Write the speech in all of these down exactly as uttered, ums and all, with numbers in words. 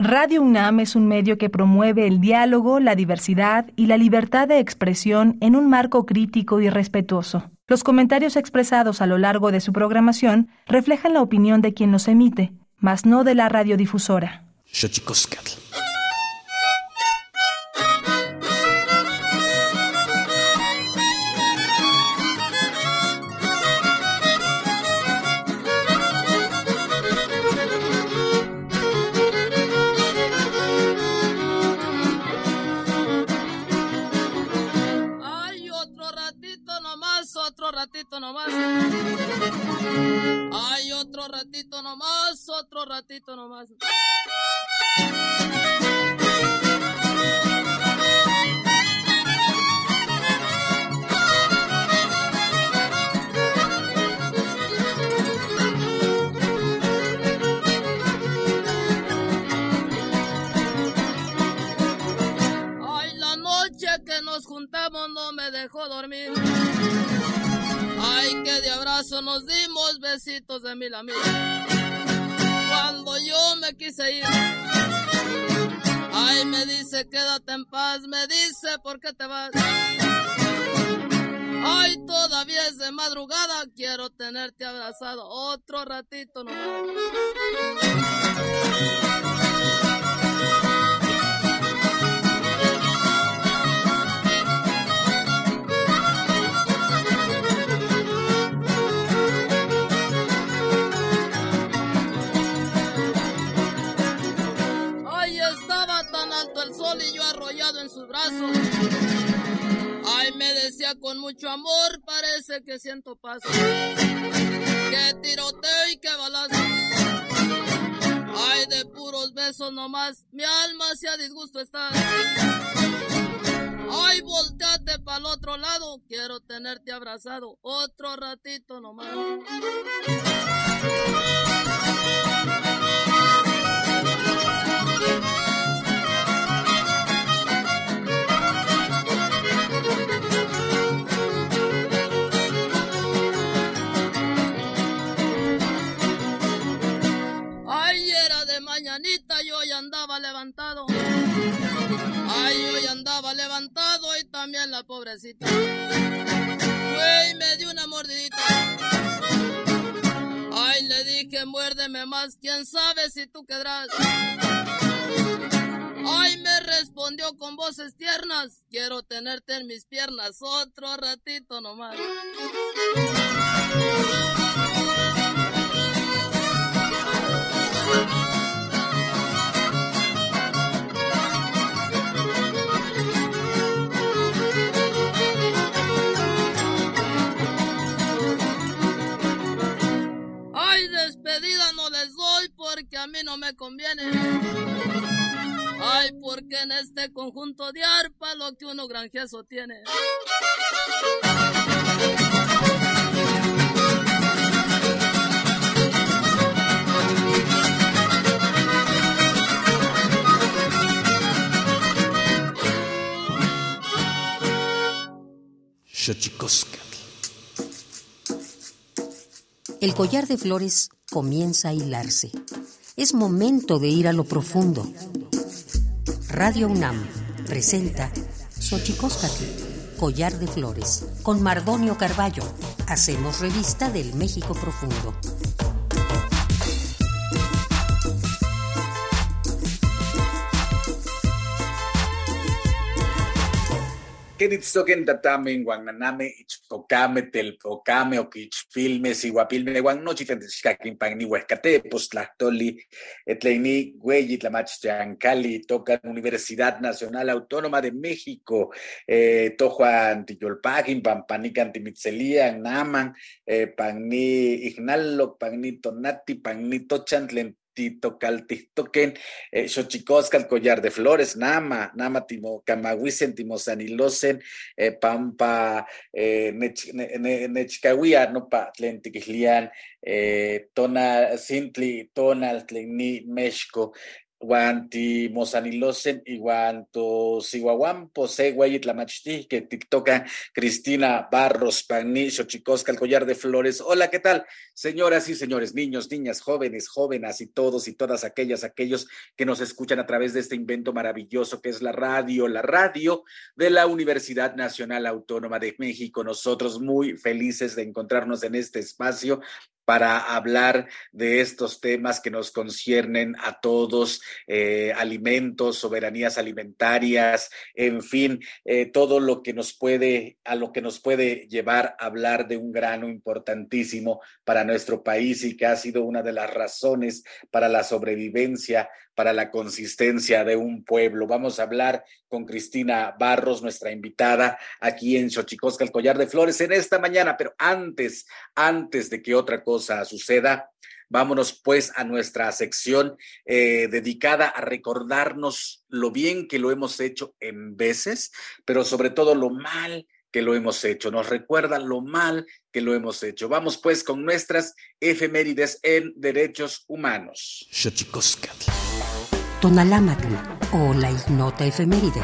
Radio UNAM es un medio que promueve el diálogo, la diversidad y la libertad de expresión en un marco crítico y respetuoso. Los comentarios expresados a lo largo de su programación reflejan la opinión de quien los emite, mas no de la radiodifusora. Xochicóscatl. Otro ratito nomás. Ay, otro ratito nomás, otro ratito nomás. Ay, la noche que nos juntamos no me dejó dormir. Ay, que de abrazo nos dimos, besitos de mil amigos. Cuando yo me quise ir, ay, me dice quédate en paz, me dice ¿por qué te vas? Ay, todavía es de madrugada, quiero tenerte abrazado, otro ratito nomás. El sol y yo arrollado en sus brazos. Ay, me decía con mucho amor, parece que siento paz. Que tiroteo y que balazo. Ay, de puros besos nomás, mi alma hacia disgusto está. Ay, volteate para el otro lado, quiero tenerte abrazado, otro ratito nomás. Mañanita yo ya andaba levantado. Ay, yo ya andaba levantado y también la pobrecita. Fue y me dio una mordidita. Ay, le dije, muérdeme más, quién sabe si tú quedarás. Ay, me respondió con voces tiernas, quiero tenerte en mis piernas, otro ratito nomás. Despedida no les doy porque a mí no me conviene. Ay, porque en este conjunto de arpa lo que uno granjezo tiene. Xochicóscatl. El collar de flores comienza a hilarse. Es momento de ir a lo profundo. Radio UNAM presenta Xochicóscatl, collar de flores, con Mardonio Carballo. Hacemos revista del México profundo. Kenitzoken tatame, guananame, ichpocame, telpocame, oquichpilme, siguapilme, guannochi, tentixcaquin, pagni, huescate, postlachtoli, etleini, güey, tlamachchancali, tocan Universidad Nacional Autónoma de México, eh, tojuan, tiyolpagin, pampanican, timitzelian, naman, eh, pagni, ignaloc, pagni, tonati, pagni, tochantlen, Tito Caltistoquen, eh, Xochicóscatl, collar de flores, Nama, Nama Timo, Camahuisen, Timosanilosen, eh, Pampa, eh, Nechcahuia, no pa, Tlentiquilian, eh, Tona, Sintli, Tonal, Tleni, Mexco, Guanti Mozanilosen y Guanto Siguahuampo, Seguay, Tlamachti, que TikToka, Cristina Barros, Pagni, Xochicosca, el collar de flores. Hola, ¿qué tal? Señoras y señores, niños, niñas, jóvenes, jóvenes y todos y todas aquellas, aquellos que nos escuchan a través de este invento maravilloso que es la radio, la radio de la Universidad Nacional Autónoma de México. Nosotros muy felices de encontrarnos en este espacio para hablar de estos temas que nos conciernen a todos, eh, alimentos, soberanías alimentarias, en fin, eh, todo lo que nos puede, a lo que nos puede llevar a hablar de un grano importantísimo para nuestro país y que ha sido una de las razones para la sobrevivencia, para la consistencia de un pueblo. Vamos a hablar con Cristina Barros, nuestra invitada aquí en Xochicosca, el collar de flores, en esta mañana. Pero antes, antes de que otra cosa suceda, vámonos pues a nuestra sección eh, dedicada a recordarnos lo bien que lo hemos hecho en veces, pero sobre todo lo mal que lo hemos hecho. Nos recuerda lo mal que lo hemos hecho. Vamos pues con nuestras efemérides en derechos humanos. Xochicoscatl. Tonalámatl o la ignota efeméride.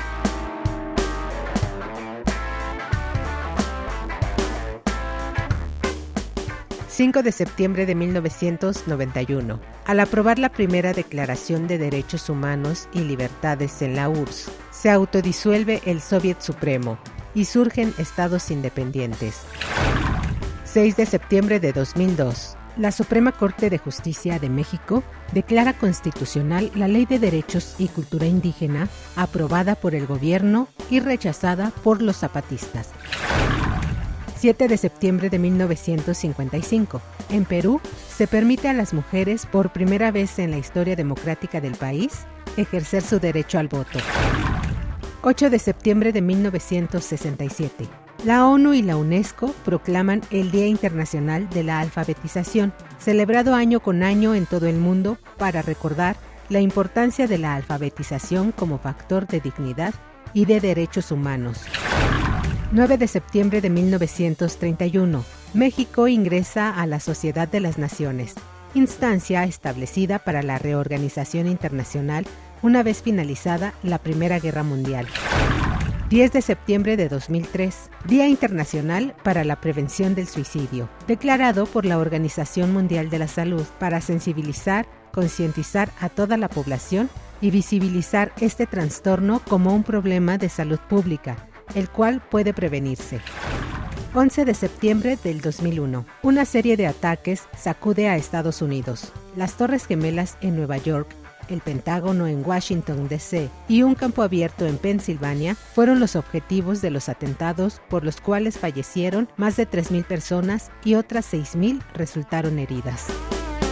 cinco de septiembre de mil novecientos noventa y uno. Al aprobar la primera Declaración de Derechos Humanos y Libertades en la U R S S, se autodisuelve el Soviet Supremo y surgen estados independientes. seis de septiembre de dos mil dos. La Suprema Corte de Justicia de México declara constitucional la Ley de Derechos y Cultura Indígena, aprobada por el gobierno y rechazada por los zapatistas. siete de septiembre de mil novecientos cincuenta y cinco. En Perú, se permite a las mujeres, por primera vez en la historia democrática del país, ejercer su derecho al voto. ocho de septiembre de mil novecientos sesenta y siete. La ONU y la UNESCO proclaman el Día Internacional de la Alfabetización, celebrado año con año en todo el mundo para recordar la importancia de la alfabetización como factor de dignidad y de derechos humanos. nueve de septiembre de mil novecientos treinta y uno. México ingresa a la Sociedad de las Naciones, instancia establecida para la reorganización internacional una vez finalizada la Primera Guerra Mundial. diez de septiembre de dos mil tres, Día Internacional para la Prevención del Suicidio, declarado por la Organización Mundial de la Salud para sensibilizar, concientizar a toda la población y visibilizar este trastorno como un problema de salud pública, el cual puede prevenirse. once de septiembre del dos mil uno. Una serie de ataques sacude a Estados Unidos. Las Torres Gemelas en Nueva York, el Pentágono en Washington, D C y un campo abierto en Pensilvania fueron los objetivos de los atentados por los cuales fallecieron más de tres mil personas y otras seis mil resultaron heridas.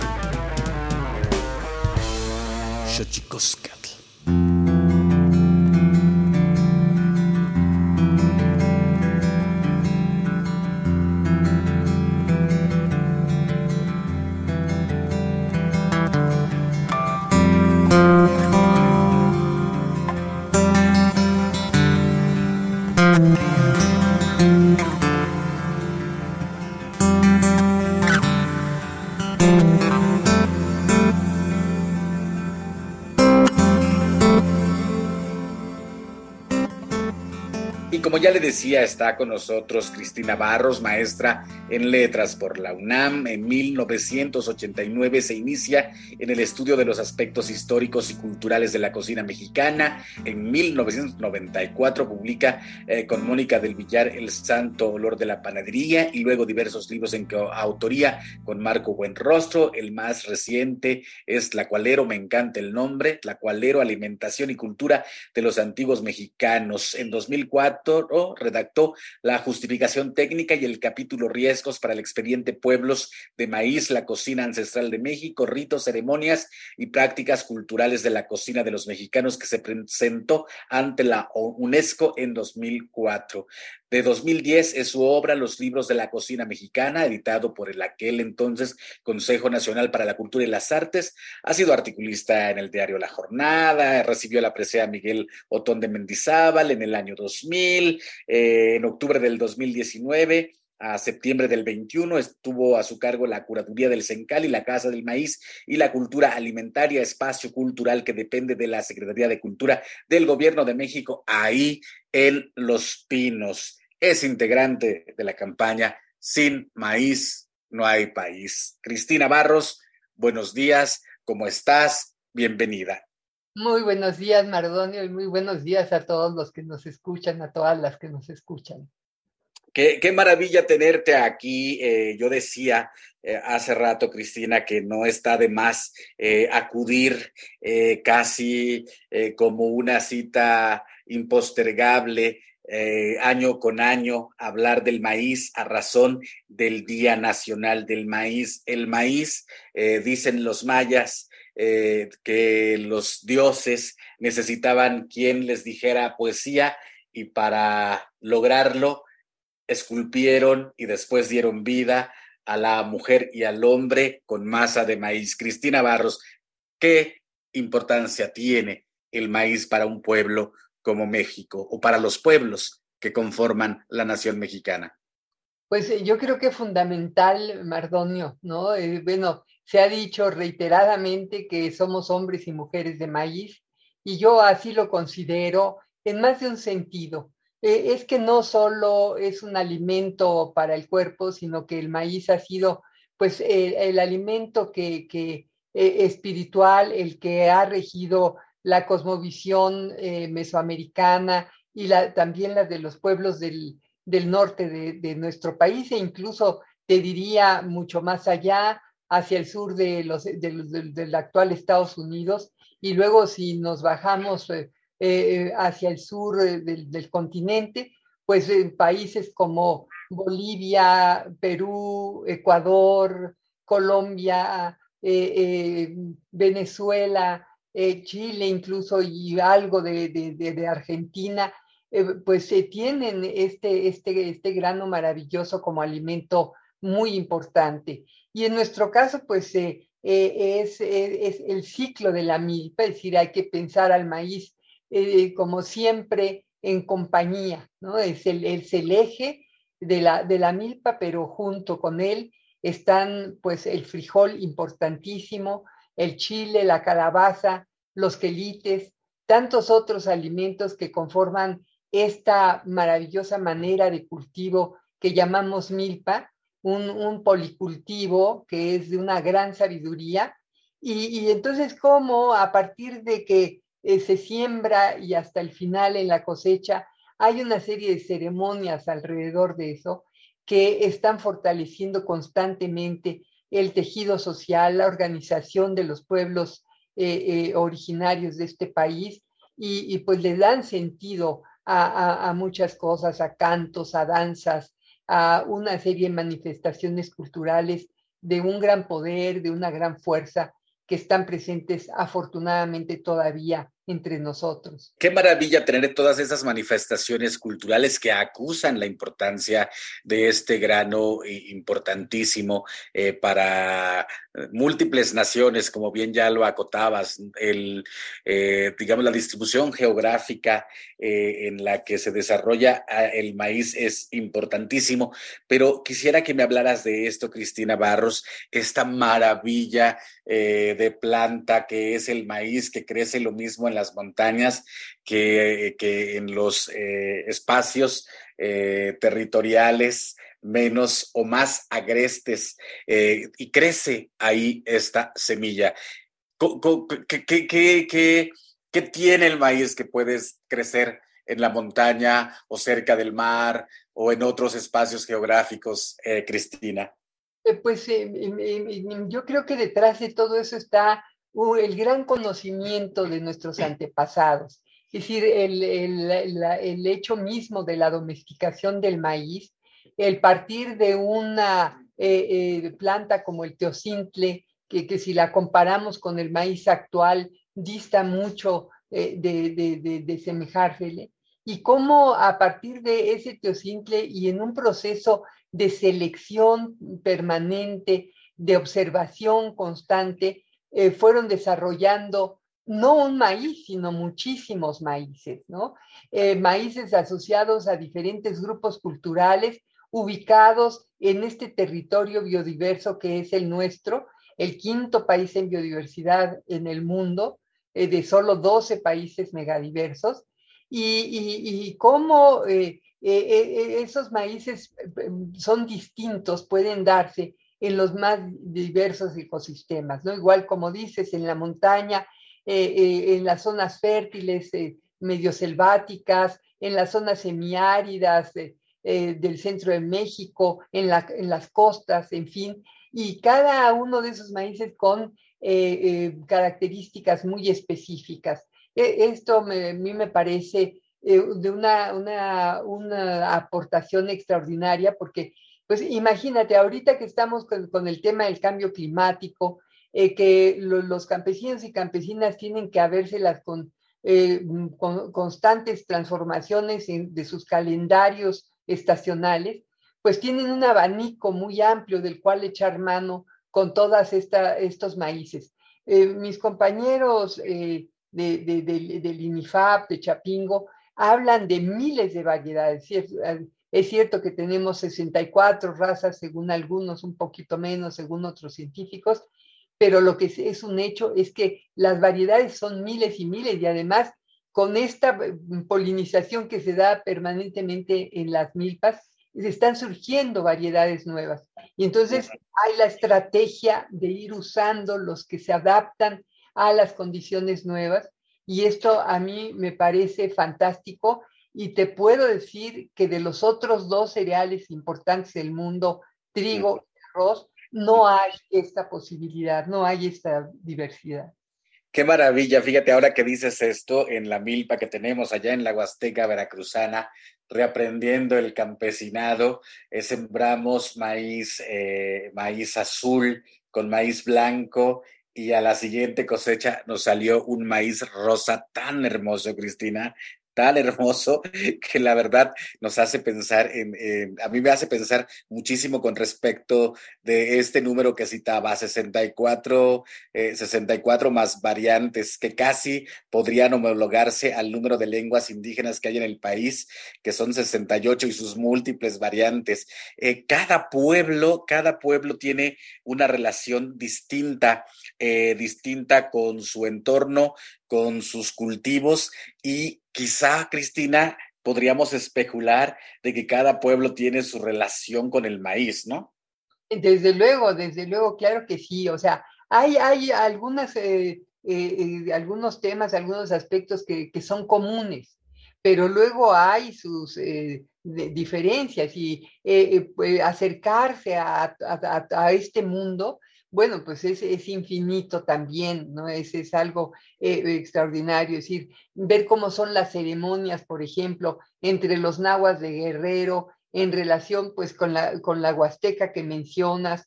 Xochicoscatl. Como ya le decía, está con nosotros Cristina Barros, maestra en letras por la UNAM. En mil novecientos ochenta y nueve se inicia en el estudio de los aspectos históricos y culturales de la cocina mexicana. En mil novecientos noventa y cuatro publica eh, con Mónica del Villar El Santo Olor de la Panadería y luego diversos libros en autoría con Marco Buenrostro. El más reciente es Tlacualero, me encanta el nombre, Tlacualero, Alimentación y Cultura de los Antiguos Mexicanos. En dos mil cuatro redactó la justificación técnica y el capítulo Riesgos para el expediente Pueblos de Maíz, la cocina ancestral de México, ritos, ceremonias y prácticas culturales de la cocina de los mexicanos, que se presentó ante la UNESCO en dos mil cuatro. De dos mil diez es su obra Los Libros de la Cocina Mexicana, editado por el aquel entonces Consejo Nacional para la Cultura y las Artes. Ha sido articulista en el diario La Jornada, recibió la presea Miguel Otón de Mendizábal en el año dos mil, eh, en octubre del dos mil diecinueve a septiembre del veintiuno. Estuvo a su cargo la curaduría del Cencal y la Casa del Maíz y la Cultura Alimentaria, espacio cultural que depende de la Secretaría de Cultura del Gobierno de México, ahí en Los Pinos. Es integrante de la campaña Sin Maíz no hay país. Cristina Barros, buenos días, ¿cómo estás? Bienvenida. Muy buenos días, Mardonio, y muy buenos días a todos los que nos escuchan, a todas las que nos escuchan. Qué, qué maravilla tenerte aquí. Eh, yo decía eh, hace rato, Cristina, que no está de más eh, acudir eh, casi eh, como una cita impostergable, eh, año con año, hablar del maíz a razón del Día Nacional del Maíz. El maíz, eh, dicen los mayas, eh, que los dioses necesitaban quien les dijera poesía, y para lograrlo esculpieron y después dieron vida a la mujer y al hombre con masa de maíz. Cristina Barros, ¿qué importancia tiene el maíz para un pueblo como México o para los pueblos que conforman la nación mexicana? Pues eh, yo creo que es fundamental, Mardonio, ¿no? Eh, bueno, se ha dicho reiteradamente que somos hombres y mujeres de maíz, y yo así lo considero en más de un sentido. Eh, es que no solo es un alimento para el cuerpo, sino que el maíz ha sido pues el, el alimento que, que eh, espiritual, el que ha regido la cosmovisión eh, mesoamericana y la, también la de los pueblos del, del norte de, de nuestro país, e incluso te diría mucho más allá, hacia el sur de los, de los, de, del actual Estados Unidos, y luego si nos bajamos eh, Eh, hacia el sur eh, del, del continente, pues en eh, países como Bolivia, Perú, Ecuador, Colombia, eh, eh, Venezuela, eh, Chile incluso, y algo de, de, de, de Argentina, eh, pues eh, tienen este, este, este grano maravilloso como alimento muy importante. Y en nuestro caso, pues eh, eh, es, es, es el ciclo de la milpa, es decir, hay que pensar al maíz Eh, como siempre en compañía, ¿no? Es el, es el eje de la, de la milpa, pero junto con él están pues el frijol importantísimo, el chile, la calabaza, los quelites, tantos otros alimentos que conforman esta maravillosa manera de cultivo que llamamos milpa, un, un policultivo que es de una gran sabiduría. Y, y entonces, ¿cómo a partir de que Eh, se siembra y hasta el final en la cosecha hay una serie de ceremonias alrededor de eso que están fortaleciendo constantemente el tejido social, la organización de los pueblos eh, eh, originarios de este país, y, y pues le dan sentido a, a, a muchas cosas, a cantos, a danzas, a una serie de manifestaciones culturales de un gran poder, de una gran fuerza, que están presentes afortunadamente todavía entre nosotros. Qué maravilla tener todas esas manifestaciones culturales que acusan la importancia de este grano importantísimo eh, para múltiples naciones, como bien ya lo acotabas. El, eh, digamos, la distribución geográfica eh, en la que se desarrolla el maíz es importantísimo, pero quisiera que me hablaras de esto, Cristina Barros, esta maravilla eh, de planta que es el maíz, que crece lo mismo en las montañas que, que en los eh, espacios eh, territoriales menos o más agrestes, eh, y crece ahí esta semilla. ¿Qué, qué, qué, qué, qué tiene el maíz que puede crecer en la montaña o cerca del mar o en otros espacios geográficos, eh, Cristina? Eh, pues eh, eh, yo creo que detrás de todo eso está uh, el gran conocimiento de nuestros antepasados. Es decir, el, el, el, el hecho mismo de la domesticación del maíz, el partir de una eh, eh, planta como el teocintle, que, que si la comparamos con el maíz actual, dista mucho eh, de, de, de, de semejársele, y cómo a partir de ese teocintle y en un proceso de selección permanente, de observación constante, eh, fueron desarrollando no un maíz, sino muchísimos maíces, ¿no? Eh, maíces asociados a diferentes grupos culturales ubicados en este territorio biodiverso que es el nuestro, el quinto país en biodiversidad en el mundo, eh, de solo doce países megadiversos, y, y, y cómo eh, eh, esos maíces son distintos, pueden darse en los más diversos ecosistemas, ¿no? Igual como dices, en la montaña, eh, eh, en las zonas fértiles, eh, medio selváticas, en las zonas semiáridas eh, eh, del centro de México, en, la, en las costas, en fin, y cada uno de esos maíces con eh, eh, características muy específicas. Eh, esto me, a mí me parece eh, de una, una, una aportación extraordinaria, porque pues imagínate, ahorita que estamos con, con el tema del cambio climático, eh, que lo, los campesinos y campesinas tienen que habérselas con, eh, con constantes transformaciones en, de sus calendarios estacionales, pues tienen un abanico muy amplio del cual echar mano con todos estos maíces. Eh, mis compañeros eh, de, de, de, del INIFAP, de Chapingo, hablan de miles de variedades. Es cierto que tenemos sesenta y cuatro razas, según algunos, un poquito menos, según otros científicos, pero lo que es un hecho es que las variedades son miles y miles, y además con esta polinización que se da permanentemente en las milpas, están surgiendo variedades nuevas. Y entonces hay la estrategia de ir usando los que se adaptan a las condiciones nuevas, y esto a mí me parece fantástico. Y te puedo decir que de los otros dos cereales importantes del mundo, trigo y arroz, no hay esta posibilidad, no hay esta diversidad. Qué maravilla, fíjate ahora que dices esto, en la milpa que tenemos allá en la Huasteca veracruzana, reaprendiendo el campesinado, eh, sembramos maíz, eh, maíz azul con maíz blanco, y a la siguiente cosecha nos salió un maíz rosa tan hermoso, Cristina, tan hermoso, que la verdad nos hace pensar en, en, a mí me hace pensar muchísimo con respecto de este número que citaba, sesenta y cuatro, eh, sesenta y cuatro más variantes, que casi podrían homologarse al número de lenguas indígenas que hay en el país, que son sesenta y ocho, y sus múltiples variantes. Eh, cada pueblo, cada pueblo tiene una relación distinta, eh, distinta con su entorno, con sus cultivos, y quizá, Cristina, podríamos especular de que cada pueblo tiene su relación con el maíz, ¿no? Desde luego, desde luego, claro que sí. O sea, hay, hay algunas, eh, eh, eh, algunos temas, algunos aspectos que, que son comunes, pero luego hay sus eh, diferencias, y eh, eh, acercarse a, a, a, a este mundo, bueno, pues es, es infinito también, ¿no? Es, es algo eh, extraordinario. Es decir, ver cómo son las ceremonias, por ejemplo, entre los nahuas de Guerrero, en relación pues con la, con la Huasteca que mencionas,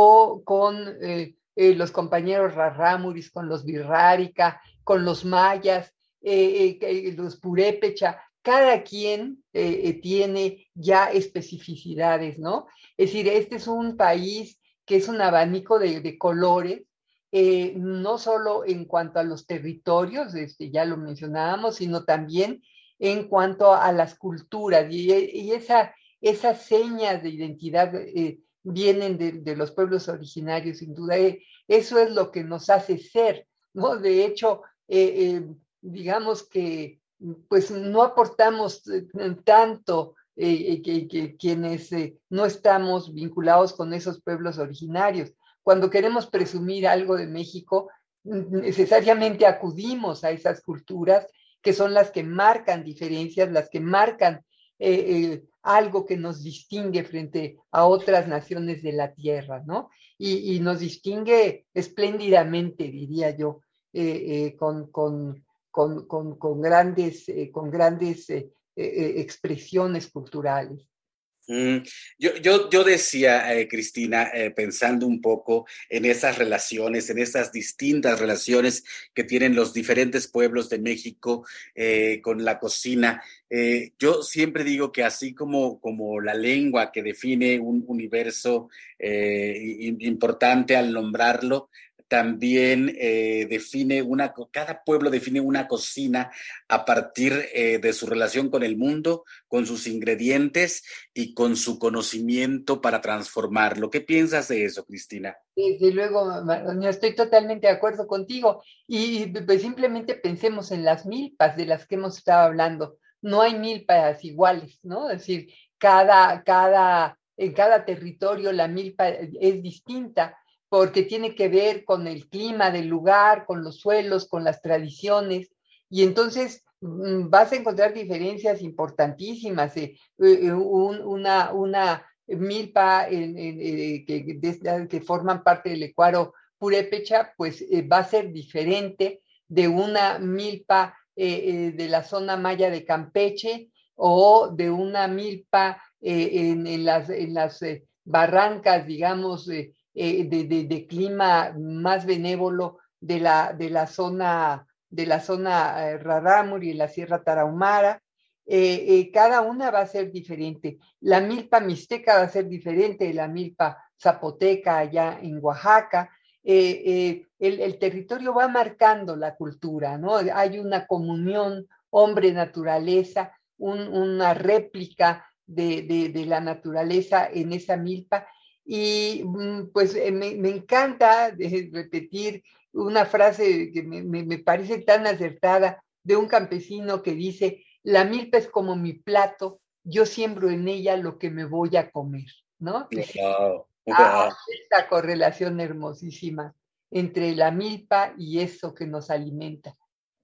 o con eh, eh, los compañeros Rarámuris, con los Birrárica, con los mayas, eh, eh, los purépecha. Cada quien eh, eh, tiene ya especificidades, ¿no? Es decir, este es un país que es un abanico de, de colores, eh, no solo en cuanto a los territorios, este, ya lo mencionábamos, sino también en cuanto a las culturas, y, y esa, esas señas de identidad eh, vienen de, de los pueblos originarios, sin duda. Eh, eso es lo que nos hace ser, ¿no? De hecho, eh, eh, digamos que pues no aportamos tanto Eh, que, que quienes eh, no estamos vinculados con esos pueblos originarios. Cuando queremos presumir algo de México, necesariamente acudimos a esas culturas que son las que marcan diferencias, las que marcan eh, eh, algo que nos distingue frente a otras naciones de la tierra, ¿no? Y, y nos distingue espléndidamente, diría yo, eh, eh, con, con, con, con, con grandes, eh, con grandes eh, Eh, expresiones culturales. Mm, yo, yo, yo decía, eh, Cristina, eh, pensando un poco en esas relaciones, en esas distintas relaciones que tienen los diferentes pueblos de México eh, con la cocina, eh, yo siempre digo que así como, como la lengua que define un universo eh, importante al nombrarlo, también eh, define una, cada pueblo define una cocina a partir eh, de su relación con el mundo, con sus ingredientes y con su conocimiento para transformarlo. ¿Qué piensas de eso, Cristina? Desde luego, Mardonio, estoy totalmente de acuerdo contigo. Y pues simplemente pensemos en las milpas de las que hemos estado hablando. No hay milpas iguales, ¿no? Es decir, cada, cada, en cada territorio la milpa es distinta, porque tiene que ver con el clima del lugar, con los suelos, con las tradiciones, y entonces vas a encontrar diferencias importantísimas. Eh, un, una, una milpa en, en, en, que, de, que forman parte del Ecuador purépecha, pues eh, va a ser diferente de una milpa eh, eh, de la zona maya de Campeche o de una milpa eh, en, en las, en las eh, barrancas, digamos, eh, Eh, de, de, de clima más benévolo de la, de la zona de la zona eh, Rarámuri y la Sierra Tarahumara. Eh, eh, cada una va a ser diferente. La milpa mixteca va a ser diferente de la milpa zapoteca allá en Oaxaca. Eh, eh, el, el territorio va marcando la cultura, ¿no? Hay una comunión hombre-naturaleza, un, una réplica de, de, de la naturaleza en esa milpa. Y pues me, me encanta repetir una frase que me, me, me parece tan acertada de un campesino que dice: la milpa es como mi plato, yo siembro en ella lo que me voy a comer, ¿no? Wow. Ah, esta correlación hermosísima entre la milpa y eso que nos alimenta.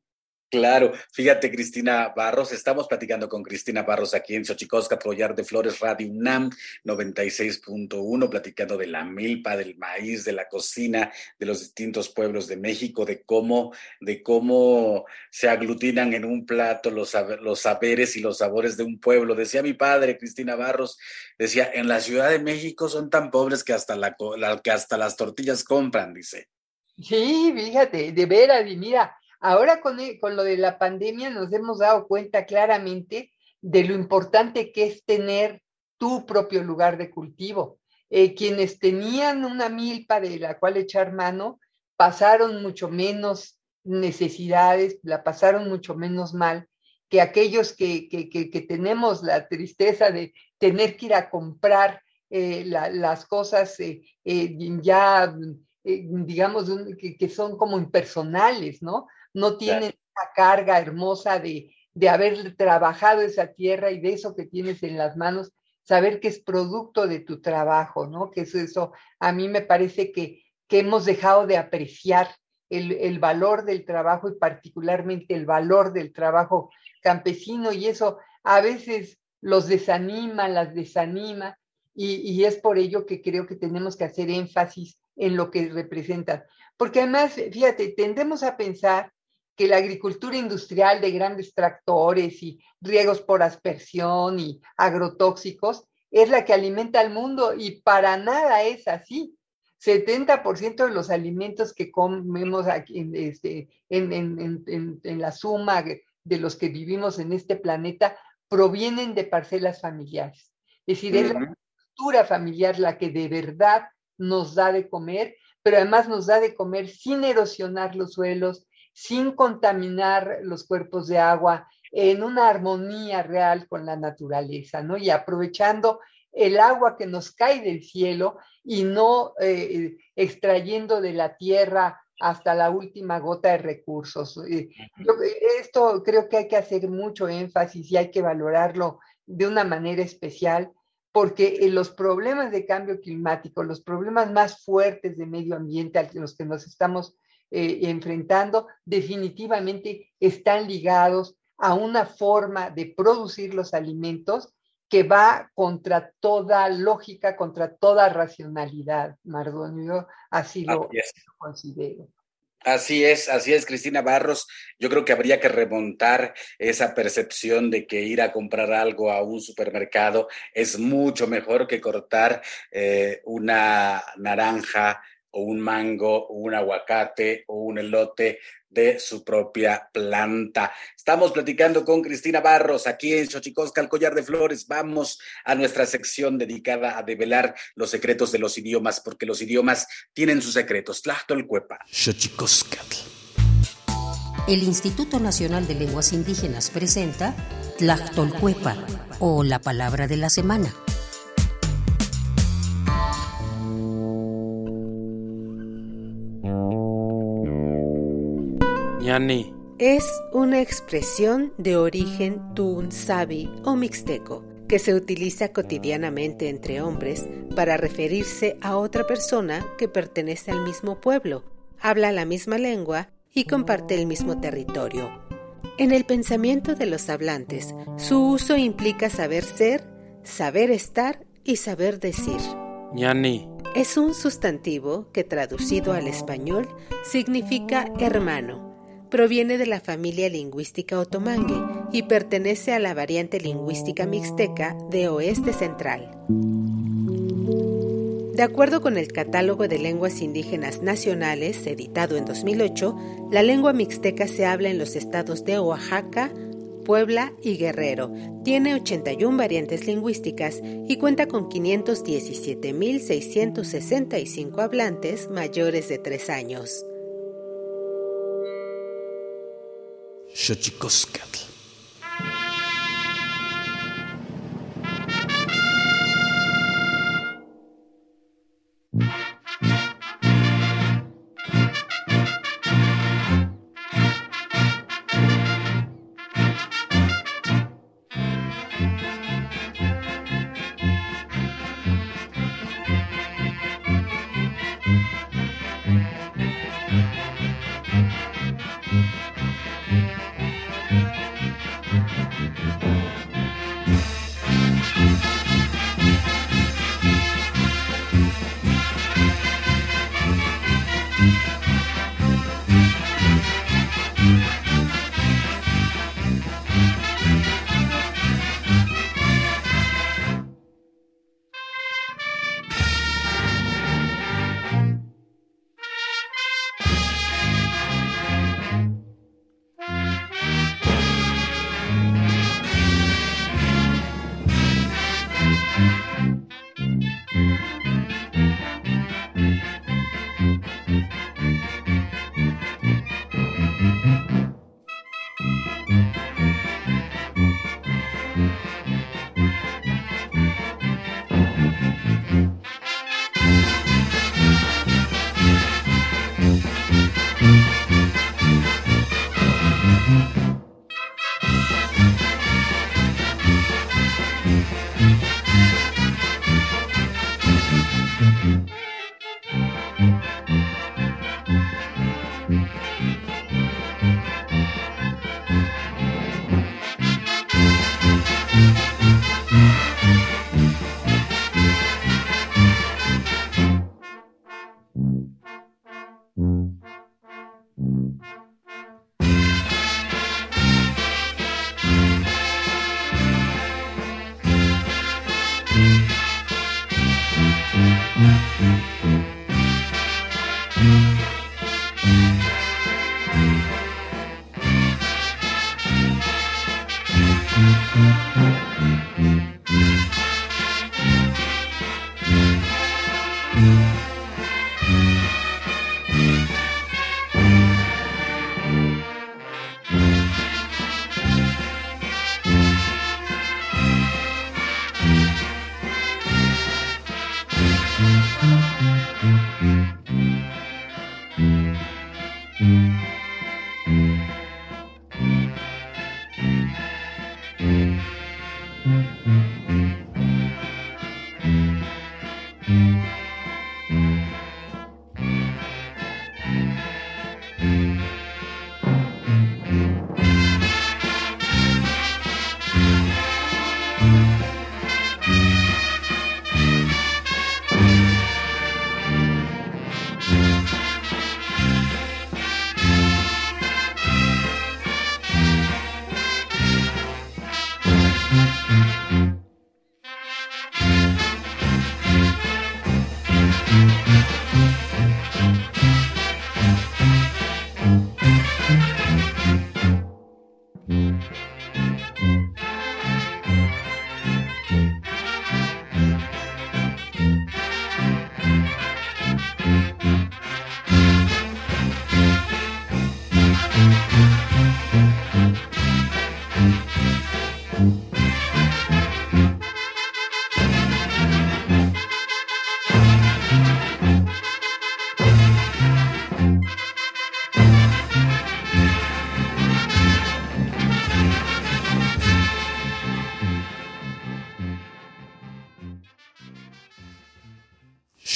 Claro, fíjate, Cristina Barros, estamos platicando con Cristina Barros aquí en Xochicóscatl, Collar de Flores, Radio UNAM noventa y seis punto uno, platicando de la milpa, del maíz, de la cocina, de los distintos pueblos de México, de cómo, de cómo se aglutinan en un plato los, los saberes y los sabores de un pueblo. Decía mi padre, Cristina Barros, decía, en la Ciudad de México son tan pobres que hasta, la, la, que hasta las tortillas compran, dice. Sí, fíjate, de veras, y mira, ahora con, el, con lo de la pandemia nos hemos dado cuenta claramente de lo importante que es tener tu propio lugar de cultivo. Eh, quienes tenían una milpa de la cual echar mano pasaron mucho menos necesidades, la pasaron mucho menos mal que aquellos que, que, que, que tenemos la tristeza de tener que ir a comprar eh, la, las cosas eh, eh, ya, eh, digamos, que, que son como impersonales, ¿no? No tienen esa carga hermosa de, de haber trabajado esa tierra y de eso que tienes en las manos, saber que es producto de tu trabajo, ¿no? Que eso, eso a mí me parece que, que hemos dejado de apreciar el, el valor del trabajo y particularmente el valor del trabajo campesino, y eso a veces los desanima, las desanima, y, y es por ello que creo que tenemos que hacer énfasis en lo que representan. Porque además, fíjate, tendemos a pensar que la agricultura industrial de grandes tractores y riegos por aspersión y agrotóxicos es la que alimenta al mundo, y para nada es así. setenta por ciento de los alimentos que comemos aquí en, este, en, en, en, en la suma de los que vivimos en este planeta provienen de parcelas familiares. Es decir, uh-huh. es la agricultura familiar la que de verdad nos da de comer, pero además nos da de comer sin erosionar los suelos, sin contaminar los cuerpos de agua, en una armonía real con la naturaleza, ¿no? Y aprovechando el agua que nos cae del cielo y no eh, extrayendo de la tierra hasta la última gota de recursos. Eh, yo, esto creo que hay que hacer mucho énfasis y hay que valorarlo de una manera especial, porque los problemas de cambio climático, los problemas más fuertes de medio ambiente a los que nos estamos eh, enfrentando, definitivamente están ligados a una forma de producir los alimentos que va contra toda lógica, contra toda racionalidad, Mardonio. Así lo, yes. lo considero. Así es, así es, Cristina Barros. Yo creo que habría que remontar esa percepción de que ir a comprar algo a un supermercado es mucho mejor que cortar eh, una naranja o un mango, o un aguacate, o un elote de su propia planta. Estamos platicando con Cristina Barros aquí en Xochicóscal, el Collar de Flores. Vamos a nuestra sección dedicada a develar los secretos de los idiomas, porque los idiomas tienen sus secretos. Tlachtolcuepa. Xochicóscal. El Instituto Nacional de Lenguas Indígenas presenta Tlachtolcuepa, o la palabra de la semana. ñani. Es una expresión de origen tunsabi o mixteco que se utiliza cotidianamente entre hombres para referirse a otra persona que pertenece al mismo pueblo, habla la misma lengua y comparte el mismo territorio. En el pensamiento de los hablantes, su uso implica saber ser, saber estar y saber decir. ñani. Es un sustantivo que traducido al español significa hermano. Proviene de la familia lingüística otomangue y pertenece a la variante lingüística mixteca de Oeste Central. De acuerdo con el Catálogo de Lenguas Indígenas Nacionales, editado en dos mil ocho, la lengua mixteca se habla en los estados de Oaxaca, Puebla y Guerrero. Tiene ochenta y una variantes lingüísticas y cuenta con quinientos diecisiete mil seiscientos sesenta y cinco hablantes mayores de tres años. Xochicóscal.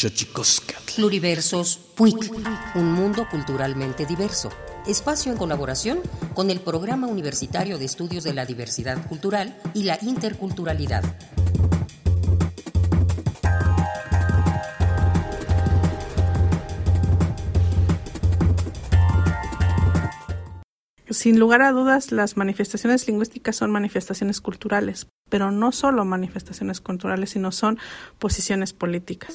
Xochicóscatl. Pluriversos P U I C, un mundo culturalmente diverso. Espacio en colaboración con el Programa Universitario de Estudios de la Diversidad Cultural y la Interculturalidad. Sin lugar a dudas, las manifestaciones lingüísticas son manifestaciones culturales, pero no solo manifestaciones culturales, sino son posiciones políticas.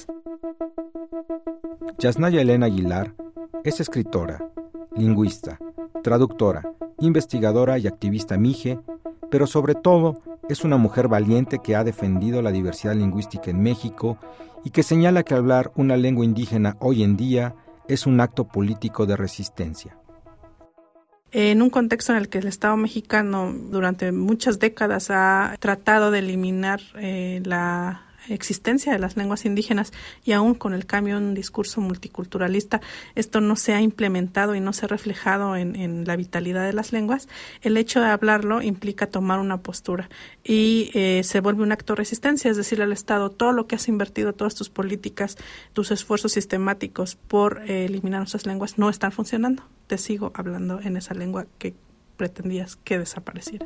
Yasnaya Elena Aguilar es escritora, lingüista, traductora, investigadora y activista mije, pero sobre todo es una mujer valiente que ha defendido la diversidad lingüística en México y que señala que hablar una lengua indígena hoy en día es un acto político de resistencia. En un contexto en el que el Estado mexicano durante muchas décadas ha tratado de eliminar eh, la existencia de las lenguas indígenas y aún con el cambio en un discurso multiculturalista, esto no se ha implementado y no se ha reflejado en, en la vitalidad de las lenguas. El hecho de hablarlo implica tomar una postura y eh, se vuelve un acto de resistencia, es decir, al Estado, todo lo que has invertido, todas tus políticas, tus esfuerzos sistemáticos por eh, eliminar nuestras lenguas no están funcionando. Te sigo hablando en esa lengua que pretendías que desapareciera.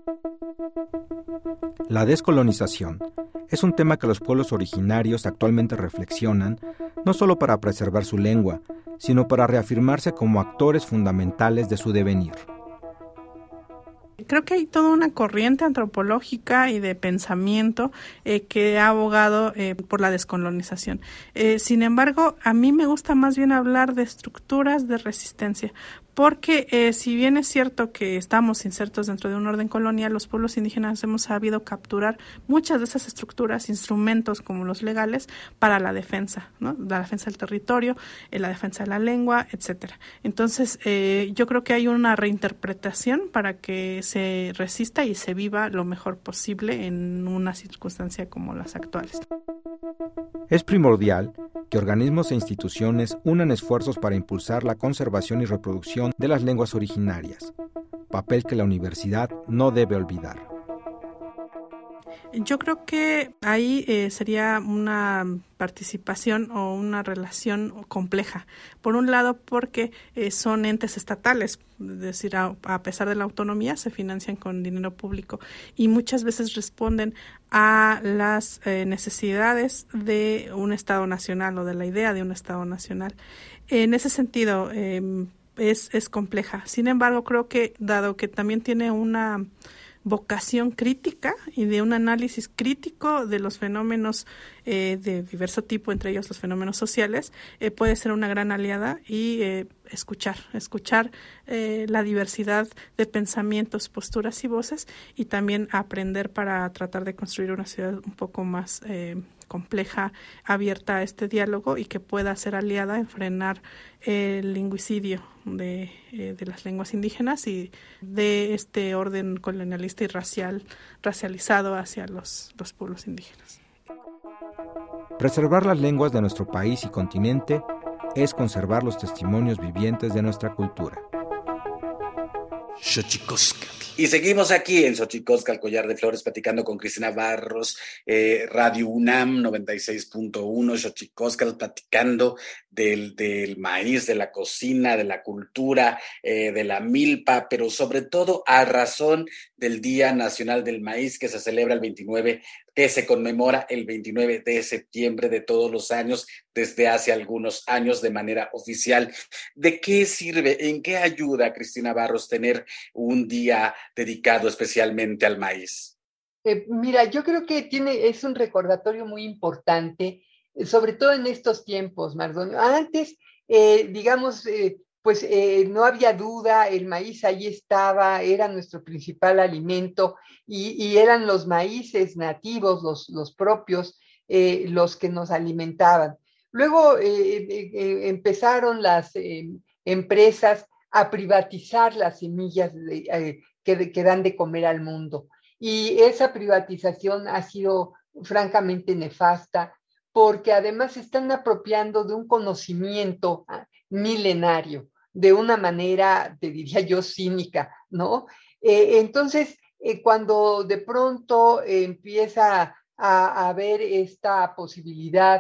La descolonización es un tema que los pueblos originarios actualmente reflexionan, no solo para preservar su lengua, sino para reafirmarse como actores fundamentales de su devenir. Creo que hay toda una corriente antropológica y de pensamiento eh, que ha abogado eh, por la descolonización. Eh, sin embargo, a mí me gusta más bien hablar de estructuras de resistencia, porque eh, si bien es cierto que estamos insertos dentro de un orden colonial, los pueblos indígenas hemos sabido capturar muchas de esas estructuras, instrumentos como los legales, para la defensa, ¿no? La defensa del territorio, eh, la defensa de la lengua, etcétera. Entonces, eh, yo creo que hay una reinterpretación para que se resista y se viva lo mejor posible en una circunstancia como las actuales. Es primordial que organismos e instituciones unan esfuerzos para impulsar la conservación y reproducción de las lenguas originarias, papel que la universidad no debe olvidar. Yo creo que ahí eh, sería una participación o una relación compleja. Por un lado, porque eh, son entes estatales, es decir, a, a pesar de la autonomía, se financian con dinero público y muchas veces responden a las eh, necesidades de un Estado nacional o de la idea de un Estado nacional. En ese sentido, eh, es, es compleja. Sin embargo, creo que, dado que también tiene una vocación crítica y de un análisis crítico de los fenómenos eh, de diverso tipo, entre ellos los fenómenos sociales, eh, puede ser una gran aliada y eh, escuchar, escuchar eh, la diversidad de pensamientos, posturas y voces, y también aprender para tratar de construir una ciudad un poco más eh, compleja, abierta a este diálogo y que pueda ser aliada en frenar el lingüicidio de, eh, de las lenguas indígenas y de este orden colonialista y racial, racializado hacia los, los pueblos indígenas. Preservar las lenguas de nuestro país y continente es conservar los testimonios vivientes de nuestra cultura. Xochicóscatl. Y seguimos aquí en Xochicóscatl, Collar de Flores, platicando con Cristina Barros, eh, Radio UNAM noventa y seis punto uno, Xochicóscatl, platicando del, del maíz, de la cocina, de la cultura, eh, de la milpa, pero sobre todo a razón del Día Nacional del Maíz, que se celebra el veintinueve, que se conmemora el veintinueve de septiembre de todos los años, desde hace algunos años de manera oficial. ¿De qué sirve, en qué ayuda, Cristina Barros, tener un día dedicado especialmente al maíz? Eh, mira, yo creo que tiene, es un recordatorio muy importante, eh, sobre todo en estos tiempos, Mardonio. Antes, eh, digamos, eh, pues eh, no había duda, el maíz ahí estaba, era nuestro principal alimento y, y eran los maíces nativos, los, los propios, eh, los que nos alimentaban. Luego eh, eh, eh, empezaron las eh, empresas a privatizar las semillas de, eh, que, que dan de comer al mundo. Y esa privatización ha sido francamente nefasta, porque además se están apropiando de un conocimiento milenario, de una manera, te diría yo, cínica, ¿no? Eh, entonces, eh, cuando de pronto eh, empieza a, a haber esta posibilidad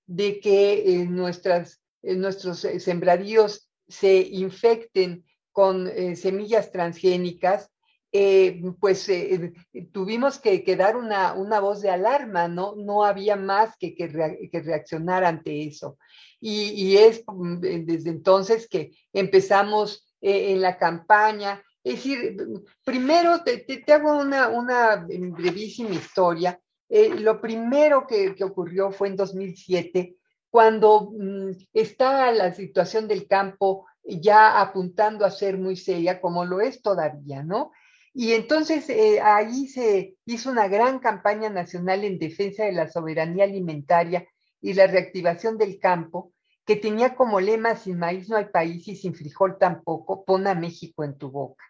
de que eh, nuestras, eh, nuestros sembradíos se infecten con eh, semillas transgénicas, eh, pues eh, tuvimos que, que dar una, una voz de alarma, ¿no? No había más que, que, re, que reaccionar ante eso. Y, y es desde entonces que empezamos eh, en la campaña. Es decir, primero te, te, te hago una, una brevísima historia. Eh, lo primero que, que ocurrió fue en dos mil siete, cuando mmm, está la situación del campo ya apuntando a ser muy seria, como lo es todavía, ¿no? Y entonces eh, ahí se hizo una gran campaña nacional en defensa de la soberanía alimentaria y la reactivación del campo, que tenía como lema: sin maíz no hay país y sin frijol tampoco, pon a México en tu boca.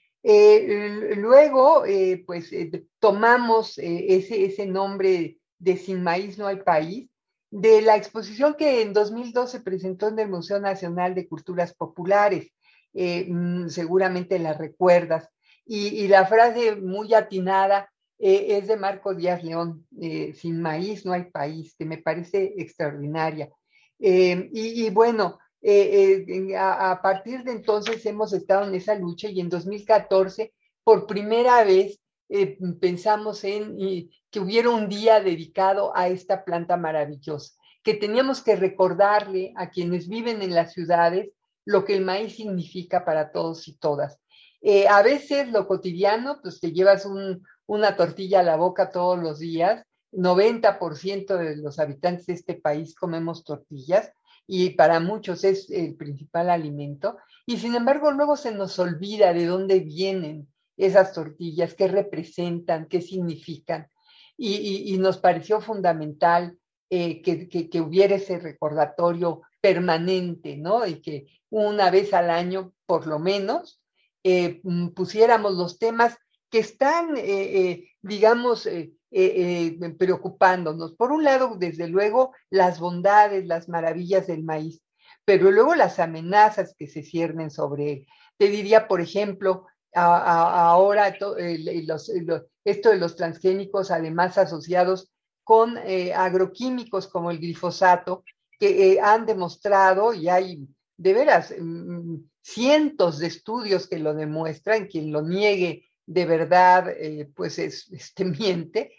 Eh, luego, eh, pues eh, tomamos eh, ese, ese nombre de sin maíz no hay país de la exposición que en dos mil dos se presentó en el Museo Nacional de Culturas Populares. Eh, seguramente la recuerdas. Y, y la frase muy atinada eh, es de Marco Díaz León: eh, sin maíz no hay país, que me parece extraordinaria. Eh, y, y bueno, eh, eh, a, a partir de entonces hemos estado en esa lucha, y en dos mil catorce, por primera vez, eh, pensamos en y, que hubiera un día dedicado a esta planta maravillosa, que teníamos que recordarle a quienes viven en las ciudades lo que el maíz significa para todos y todas. Eh, a veces lo cotidiano, pues te llevas un, una tortilla a la boca todos los días. noventa por ciento de los habitantes de este país comemos tortillas, y para muchos es el principal alimento, y sin embargo luego se nos olvida de dónde vienen esas tortillas, qué representan, qué significan, y, y, y nos pareció fundamental eh, que, que, que hubiera ese recordatorio permanente, ¿no? Y que una vez al año, por lo menos, eh, pusiéramos los temas que están, eh, eh, digamos, eh, eh, eh, preocupándonos. Por un lado, desde luego, las bondades, las maravillas del maíz, pero luego las amenazas que se ciernen sobre él. Te diría, por ejemplo, a, a, ahora to, eh, los, los, esto de los transgénicos, además asociados con eh, agroquímicos como el glifosato, que eh, han demostrado, y hay de veras mmm, cientos de estudios que lo demuestran. Quien lo niegue de verdad, eh, pues es, este, miente,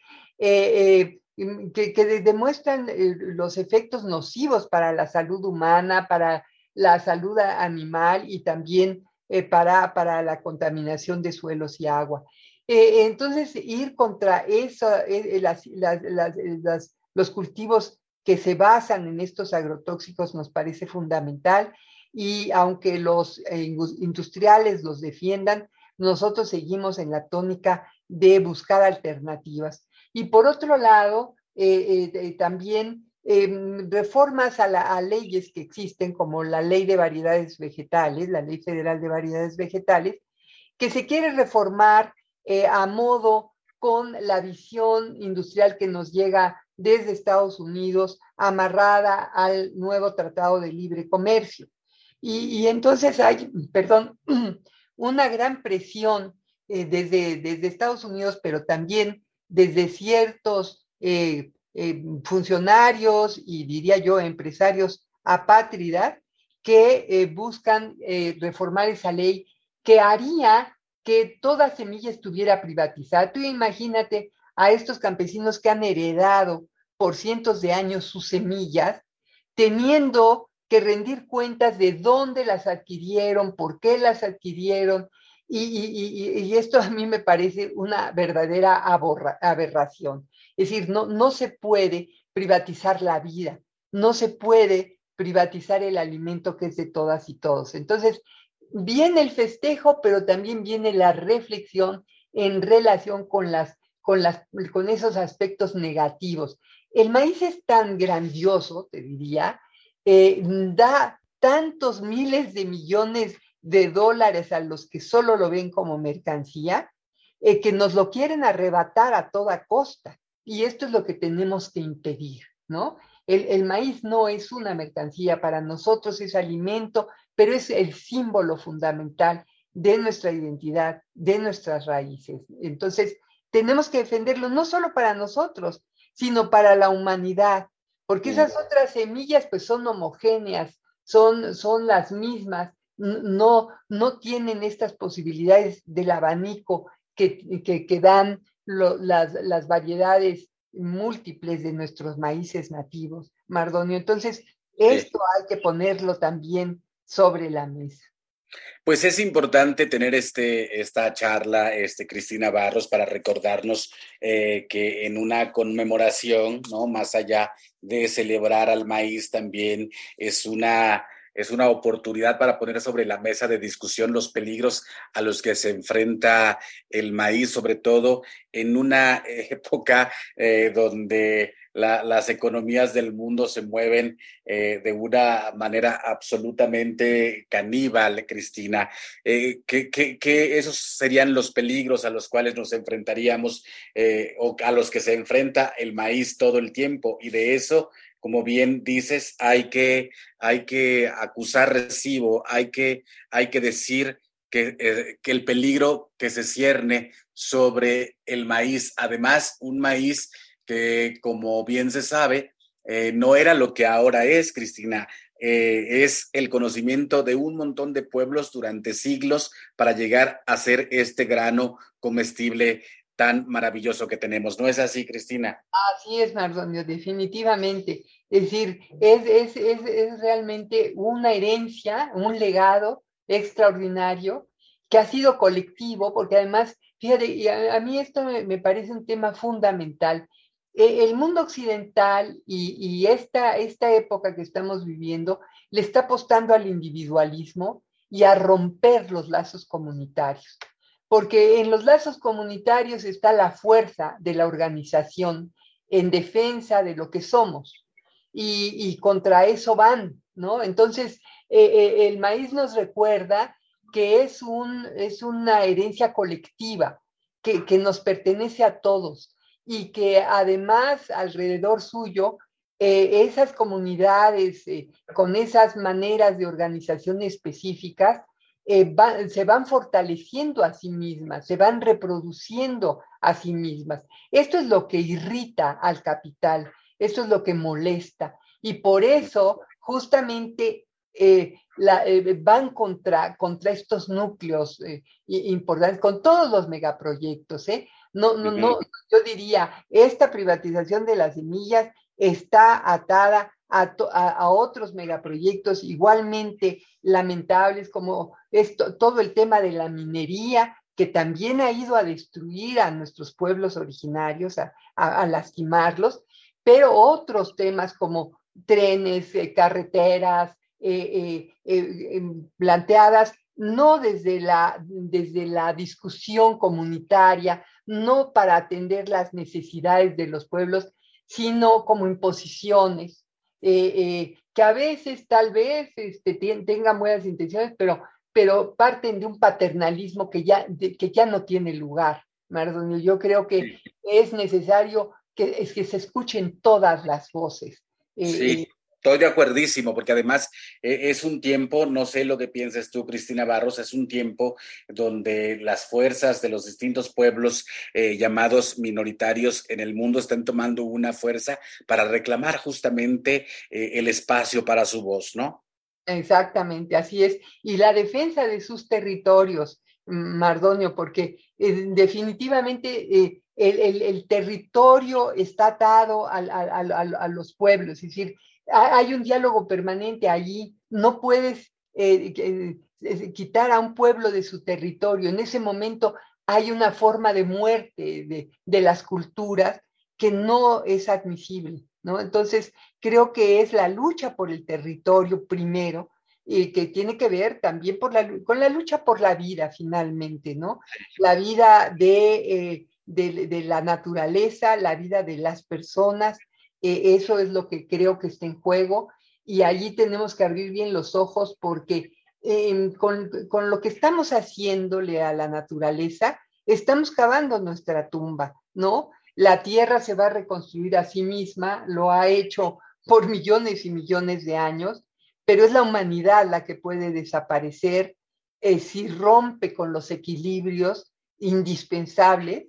eh, eh, que, que demuestran eh, los efectos nocivos para la salud humana, para la salud animal, y también eh, para, para la contaminación de suelos y agua. Eh, entonces, ir contra eso, eh, las, las, las, las, los cultivos que se basan en estos agrotóxicos nos parece fundamental, y aunque los eh, industriales los defiendan, nosotros seguimos en la tónica de buscar alternativas. Y por otro lado, eh, eh, también eh, reformas a, la, a leyes que existen, como la Ley de Variedades Vegetales, la Ley Federal de Variedades Vegetales, que se quiere reformar eh, a modo con la visión industrial que nos llega desde Estados Unidos, amarrada al nuevo Tratado de Libre Comercio. Y, y entonces hay, perdón, una gran presión eh, desde, desde Estados Unidos, pero también desde ciertos eh, eh, funcionarios y, diría yo, empresarios apátridas, que eh, buscan eh, reformar esa ley que haría que toda semilla estuviera privatizada. Tú imagínate a estos campesinos que han heredado por cientos de años sus semillas, teniendo que rendir cuentas de dónde las adquirieron, por qué las adquirieron, y, y, y esto a mí me parece una verdadera aborra, aberración. Es decir, no, no se puede privatizar la vida, no se puede privatizar el alimento que es de todas y todos. Entonces, viene el festejo, pero también viene la reflexión en relación con, las, con, las, con esos aspectos negativos. El maíz es tan grandioso, te diría, eh, da tantos miles de millones de dólares a los que solo lo ven como mercancía, eh, que nos lo quieren arrebatar a toda costa. Y esto es lo que tenemos que impedir, ¿no? El, el maíz no es una mercancía, para nosotros es alimento, pero es el símbolo fundamental de nuestra identidad, de nuestras raíces. Entonces, tenemos que defenderlo no solo para nosotros, sino para la humanidad, porque esas otras semillas pues son homogéneas, son, son las mismas, no, no tienen estas posibilidades del abanico que, que, que dan lo, las, las variedades múltiples de nuestros maíces nativos, Mardonio. Entonces, esto Sí. hay que ponerlo también sobre la mesa. Pues es importante tener este, esta charla, este, Cristina Barros, para recordarnos eh, que en una conmemoración, ¿no? Más allá de celebrar al maíz, también es una, es una oportunidad para poner sobre la mesa de discusión los peligros a los que se enfrenta el maíz, sobre todo en una época eh, donde la, las economías del mundo se mueven eh, de una manera absolutamente caníbal, Cristina. Eh, ¿qué, qué, qué esos serían los peligros a los cuales nos enfrentaríamos eh, o a los que se enfrenta el maíz todo el tiempo? Y de eso, como bien dices, hay que, hay que acusar recibo, hay que, hay que decir que, eh, que el peligro que se cierne sobre el maíz, además un maíz que, como bien se sabe, eh, no era lo que ahora es, Cristina. Eh, es el conocimiento de un montón de pueblos durante siglos para llegar a ser este grano comestible tan maravilloso que tenemos. ¿No es así, Cristina? Así es, Mardonio, definitivamente. Es decir, es, es, es, es realmente una herencia, un legado extraordinario que ha sido colectivo, porque además, fíjate, y a, a mí esto me, me parece un tema fundamental. El mundo occidental y, y esta, esta época que estamos viviendo le está apostando al individualismo y a romper los lazos comunitarios, porque en los lazos comunitarios está la fuerza de la organización en defensa de lo que somos y, y contra eso van, ¿no? Entonces, eh, el maíz nos recuerda que es, un, es una herencia colectiva que, que nos pertenece a todos y que además alrededor suyo eh, esas comunidades eh, con esas maneras de organización específicas eh, va, se van fortaleciendo a sí mismas, se van reproduciendo a sí mismas. Esto es lo que irrita al capital, esto es lo que molesta y por eso justamente eh, la, eh, van contra, contra estos núcleos eh, importantes, con todos los megaproyectos, ¿eh? No, no, no, yo diría, esta privatización de las semillas está atada a, to, a, a otros megaproyectos igualmente lamentables, como esto, todo el tema de la minería, que también ha ido a destruir a nuestros pueblos originarios, a, a, a lastimarlos, pero otros temas como trenes, eh, carreteras, eh, eh, eh, planteadas no desde la, desde la discusión comunitaria, no para atender las necesidades de los pueblos, sino como imposiciones, eh, eh, que a veces tal vez este, tengan buenas intenciones, pero, pero parten de un paternalismo que ya, de, que ya no tiene lugar, Mardonio. Yo creo que es necesario que, es que se escuchen todas las voces. Eh, sí. Estoy de acuerdísimo, porque además eh, es un tiempo, no sé lo que piensas tú, Cristina Barros, es un tiempo donde las fuerzas de los distintos pueblos eh, llamados minoritarios en el mundo están tomando una fuerza para reclamar justamente eh, el espacio para su voz, ¿no? Exactamente, así es. Y la defensa de sus territorios, Mardonio, porque eh, definitivamente eh, el, el, el territorio está atado a, a, a, a los pueblos, es decir, hay un diálogo permanente allí, no puedes eh, eh, quitar a un pueblo de su territorio. En ese momento hay una forma de muerte de, de las culturas que no es admisible, ¿no? Entonces, creo que es la lucha por el territorio primero, y que tiene que ver también por la, con la lucha por la vida, finalmente, ¿no? La vida de, eh, de, de la naturaleza, la vida de las personas. Eh, eso es lo que creo que está en juego y allí tenemos que abrir bien los ojos porque eh, con, con lo que estamos haciéndole a la naturaleza, estamos cavando nuestra tumba, ¿no? La tierra se va a reconstruir a sí misma, lo ha hecho por millones y millones de años, pero es la humanidad la que puede desaparecer eh, si rompe con los equilibrios indispensables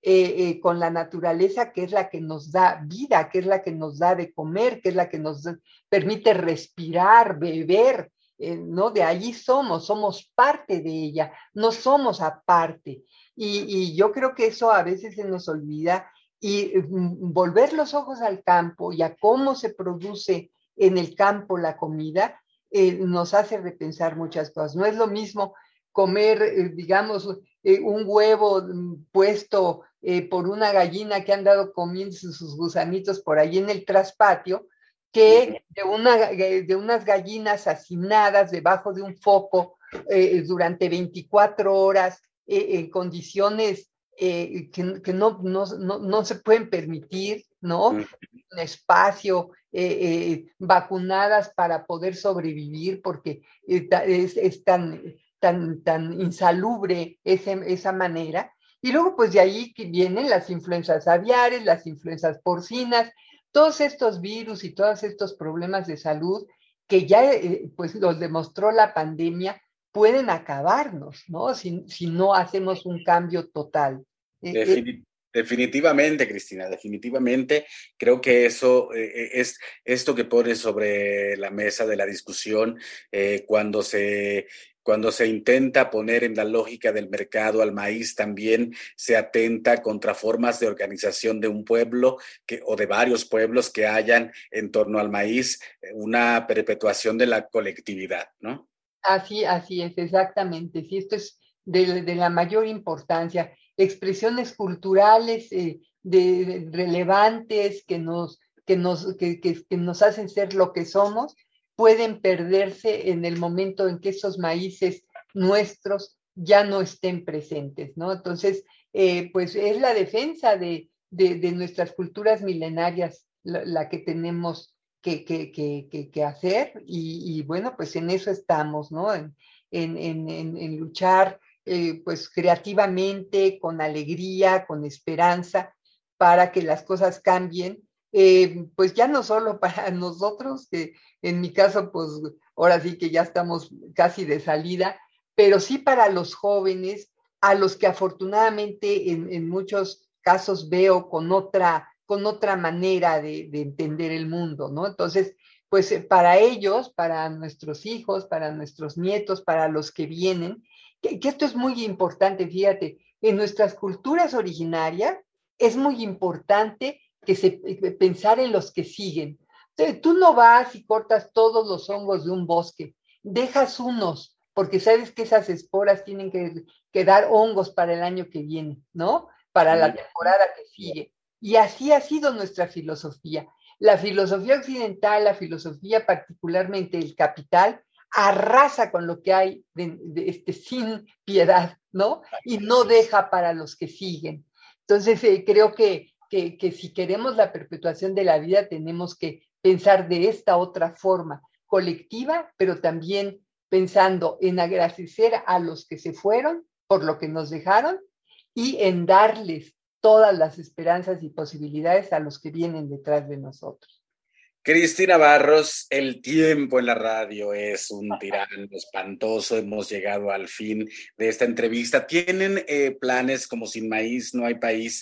eh, eh, con la naturaleza, que es la que nos da vida, que es la que nos da de comer, que es la que nos permite respirar, beber, eh, ¿no? De allí somos, somos parte de ella, no somos aparte. Y, y yo creo que eso a veces se nos olvida, y mm, volver los ojos al campo y a cómo se produce en el campo la comida, eh, nos hace repensar muchas cosas. No es lo mismo comer, eh, digamos, eh, un huevo puesto eh, por una gallina que han dado comiendo sus gusanitos por ahí en el traspatio, que de, una, de unas gallinas hacinadas debajo de un foco eh, durante veinticuatro horas eh, en condiciones eh, que, que no, no, no, no se pueden permitir, ¿no? Un espacio, eh, eh, vacunadas para poder sobrevivir, porque eh, es, es tan, tan, tan insalubre ese, esa manera. Y luego, pues de ahí que vienen las influencias aviares, las influencias porcinas, todos estos virus y todos estos problemas de salud que ya eh, pues los demostró la pandemia, pueden acabarnos, ¿no? Si, si no hacemos un cambio total. Definitivamente. Definitivamente, Cristina, definitivamente. Creo que eso eh, es esto que pone sobre la mesa de la discusión eh, cuando se, cuando se intenta poner en la lógica del mercado al maíz, también se atenta contra formas de organización de un pueblo que, o de varios pueblos que hayan en torno al maíz una perpetuación de la colectividad, ¿no? Así, así es, exactamente. Sí, esto es de, de la mayor importancia. Expresiones culturales eh, de, de relevantes que nos, que, nos, que, que, que nos hacen ser lo que somos, pueden perderse en el momento en que esos maíces nuestros ya no estén presentes, ¿no? Entonces, eh, pues es la defensa de, de, de nuestras culturas milenarias la, la que tenemos que, que, que, que, que hacer, y, y bueno, pues en eso estamos, ¿no? En, en, en, en luchar Eh, pues creativamente, con alegría, con esperanza, para que las cosas cambien, eh, pues ya no solo para nosotros, que en mi caso, pues ahora sí que ya estamos casi de salida, pero sí para los jóvenes, a los que afortunadamente en, en muchos casos veo con otra, con otra manera de, de entender el mundo, ¿no? Entonces, pues para ellos, para nuestros hijos, para nuestros nietos, para los que vienen, Que, que esto es muy importante, fíjate, en nuestras culturas originarias es muy importante que se que pensar en los que siguen. Entonces, tú no vas y cortas todos los hongos de un bosque, dejas unos, porque sabes que esas esporas tienen que, que dar hongos para el año que viene, ¿no? Para la temporada que sigue. Y así ha sido nuestra filosofía. La filosofía occidental, la filosofía particularmente el capital, arrasa con lo que hay de, de este, sin piedad, ¿no? Y no deja para los que siguen. Entonces, eh, creo que, que, que si queremos la perpetuación de la vida, tenemos que pensar de esta otra forma, colectiva, pero también pensando en agradecer a los que se fueron por lo que nos dejaron y en darles todas las esperanzas y posibilidades a los que vienen detrás de nosotros. Cristina Barros, el tiempo en la radio es un tirano espantoso. Hemos llegado al fin de esta entrevista. ¿Tienen eh, planes como Sin Maíz No Hay País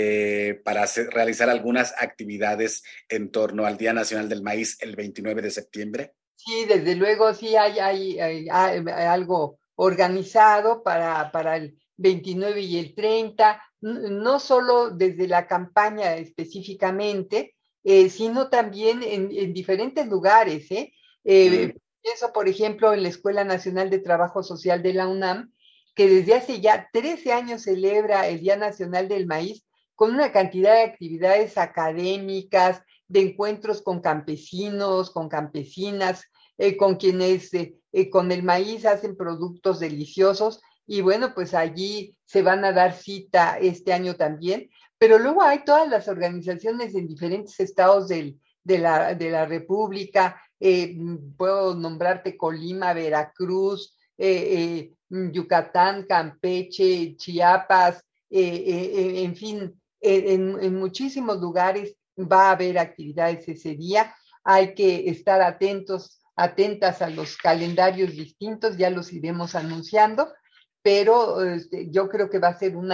eh, para hacer, realizar algunas actividades en torno al Día Nacional del Maíz el veintinueve de septiembre? Sí, desde luego, sí hay, hay, hay, hay algo organizado para, para el veintinueve y el treinta, no solo desde la campaña específicamente, Eh, sino también en, en diferentes lugares, ¿eh? Eh, mm. Pienso, por ejemplo, en la Escuela Nacional de Trabajo Social de la UNAM, que desde hace ya trece años celebra el Día Nacional del Maíz con una cantidad de actividades académicas, de encuentros con campesinos, con campesinas, eh, con quienes eh, eh, con el maíz hacen productos deliciosos, y bueno, pues allí se van a dar cita este año también. Pero luego hay todas las organizaciones en diferentes estados del, de, la, de la República, eh, puedo nombrarte Colima, Veracruz, eh, eh, Yucatán, Campeche, Chiapas, eh, eh, en fin, eh, en, en muchísimos lugares va a haber actividades ese día. Hay que estar atentos, atentas a los calendarios distintos, ya los iremos anunciando, pero eh, yo creo que va a ser una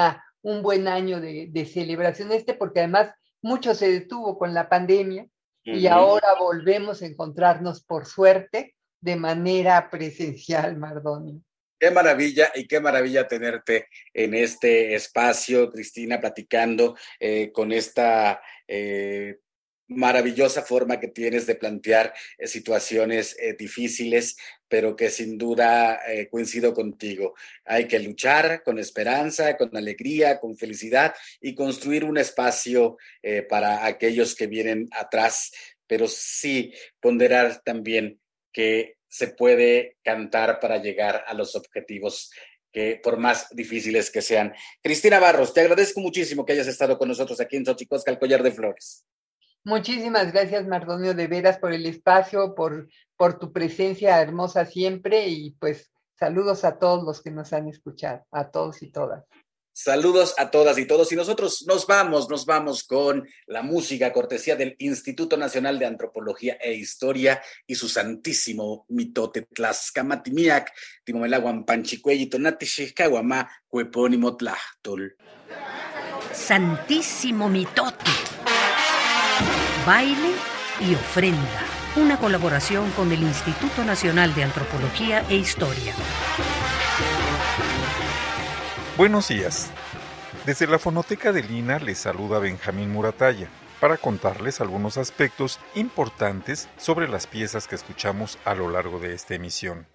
un buen año de, de celebración este, porque además mucho se detuvo con la pandemia uh-huh. y ahora volvemos a encontrarnos por suerte de manera presencial, Mardonio. Qué maravilla y qué maravilla tenerte en este espacio, Cristina, platicando eh, con esta eh, maravillosa forma que tienes de plantear eh, situaciones eh, difíciles, pero que sin duda eh, coincido contigo. Hay que luchar con esperanza, con alegría, con felicidad y construir un espacio eh, para aquellos que vienen atrás, pero sí ponderar también que se puede cantar para llegar a los objetivos, que por más difíciles que sean. Cristina Barros, te agradezco muchísimo que hayas estado con nosotros aquí en Xochicosca, el Collar de Flores. Muchísimas gracias, Mardonio, de veras por el espacio, por, por tu presencia hermosa siempre y pues saludos a todos los que nos han escuchado, a todos y todas. Saludos a todas y todos y nosotros nos vamos, nos vamos con la música cortesía del Instituto Nacional de Antropología e Historia y su santísimo mitote Tlaxcamatimiac, Timomelaguan Panchicuelli Tonatixicawamá, Cuepónimo Tlachtol. Santísimo mitote. Baile y ofrenda. Una colaboración con el Instituto Nacional de Antropología e Historia. Buenos días. Desde la Fonoteca de Lina les saluda Benjamín Muratalla para contarles algunos aspectos importantes sobre las piezas que escuchamos a lo largo de esta emisión.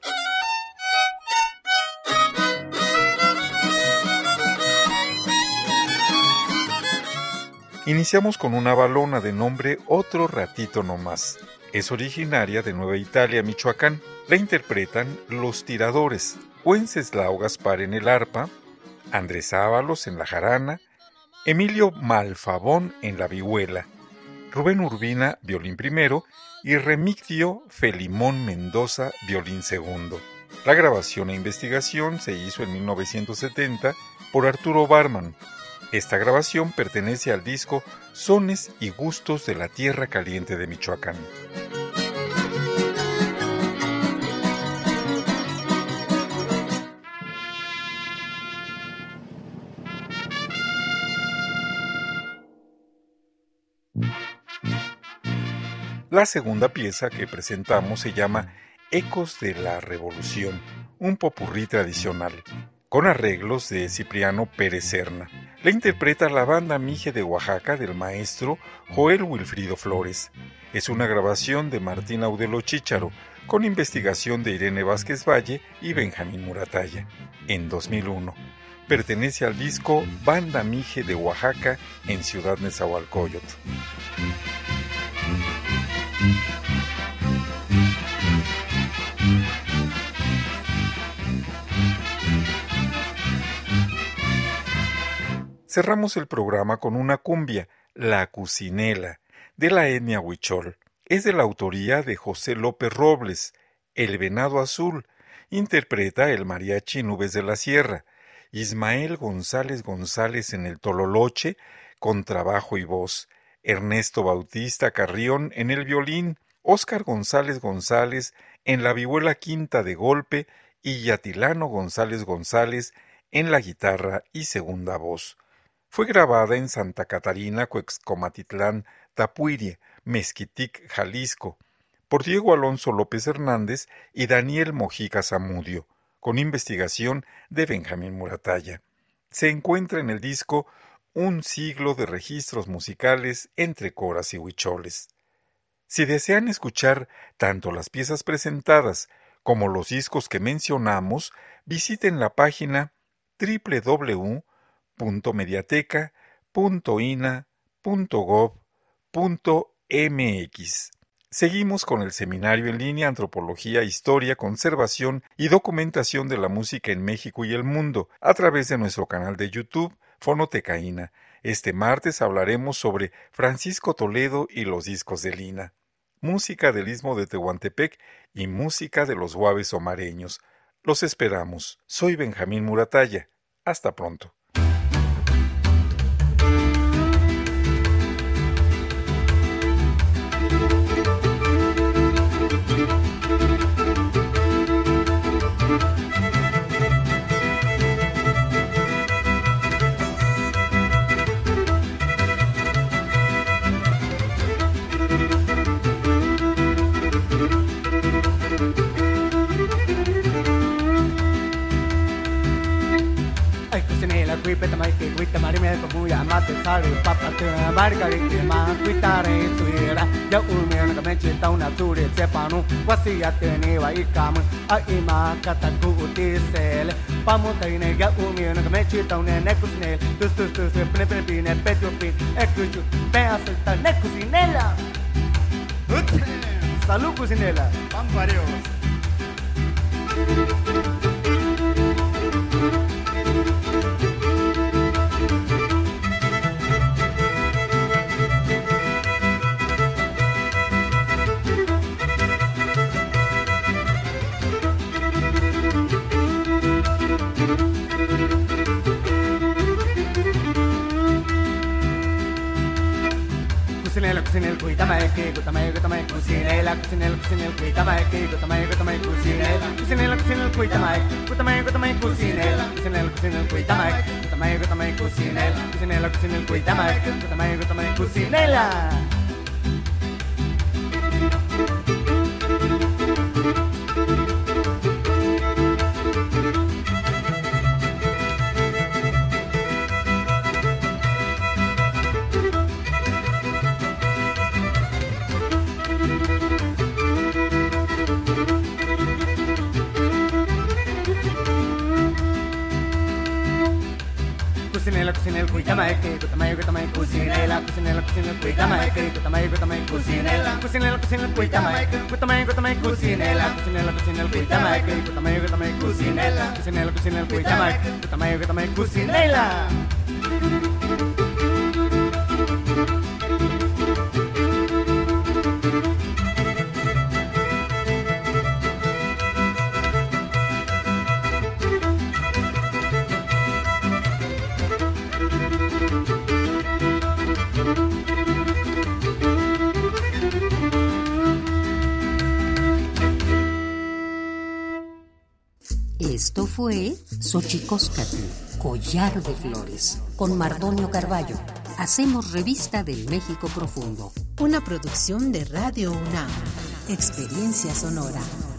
Iniciamos con una balona de nombre Otro Ratito Nomás. Es originaria de Nueva Italia, Michoacán. La interpretan Los Tiradores, Wenceslao Gaspar en el arpa, Andrés Ábalos en la jarana, Emilio Malfabón en la vihuela, Rubén Urbina, violín primero, y Remigio Felimón Mendoza, violín segundo. La grabación e investigación se hizo en mil novecientos setenta por Arturo Barman. Esta grabación pertenece al disco Sones y Gustos de la Tierra Caliente de Michoacán. La segunda pieza que presentamos se llama Ecos de la Revolución, un popurrí tradicional, con arreglos de Cipriano Pérez Serna. La interpreta la banda Mije de Oaxaca del maestro Joel Wilfrido Flores. Es una grabación de Martín Audelo Chícharo, con investigación de Irene Vázquez Valle y Benjamín Muratalla, en dos mil uno. Pertenece al disco Banda Mije de Oaxaca en Ciudad Nezahualcóyotl. Cerramos el programa con una cumbia, La Cucinela, de la etnia huichol. Es de la autoría de José López Robles. El Venado Azul interpreta el mariachi Nubes de la Sierra. Ismael González González en el tololoche, con trabajo y voz. Ernesto Bautista Carrión en el violín. Óscar González González en la vihuela quinta de golpe y Yatilano González González en la guitarra y segunda voz. Fue grabada en Santa Catarina, Cuexcomatitlán, Tapuirie, Mezquitic, Jalisco, por Diego Alonso López Hernández y Daniel Mojica Zamudio, con investigación de Benjamín Muratalla. Se encuentra en el disco Un siglo de registros musicales entre coras y huicholes. Si desean escuchar tanto las piezas presentadas como los discos que mencionamos, visiten la página doble u doble u doble u punto mediateca punto ina punto gob punto eme equis. Seguimos con el seminario en línea Antropología, Historia, Conservación y Documentación de la Música en México y el Mundo a través de nuestro canal de YouTube Fonotecaína. Este martes hablaremos sobre Francisco Toledo y los discos de Lina, música del Istmo de Tehuantepec y música de los Guaves Omareños. Los esperamos. Soy Benjamín Muratalla. Hasta pronto. Neto muy amate sale papa te margarita ma quitare suira ya umen ka meche ta una ture se panu wasi ya teni wa ikam a ima kata ku utisel pamu taine ya umen ka meche ta una nekusnel tus tus tus pne pne pne petro pin ekuchu te asalta nekusinela. Salud cocinela. Vamos varios. Cucinela, cucinela, cuitamae, cuitamae, cuitamae, cucinela, cucinela, cucinela, cuitamae, cuitamae, cuitamae, cucinela, cucinela, cucinela, cuitamae, cuitamae, cuitamae, cucinela, cucinela, cucinela, cuitamae, cuitamae, cuitamae, cucinela, cucinela, cucinela, cuitamae, cuitamae, cuitamae, cucinela. Cucinela, cucinela, cuitamae, cuitamae, cuitamae, cucinela, cucinela, cucinela, cuitamae, cuitamae, cuitamae, cucinela, cucinela, cucinela, cuitamae, cuitamae, cuitamae, cucinela, cucinela, cucinela, cuitamae, cuitamae, cuitamae, cucinela, cucinela, cucinela, cuitamae, cuitamae, cuitamae, cucinela. Esto fue Xochicóscatl, Collar de Flores, con Mardonio Carballo. Hacemos revista del México profundo. Una producción de Radio UNAM. Experiencia sonora.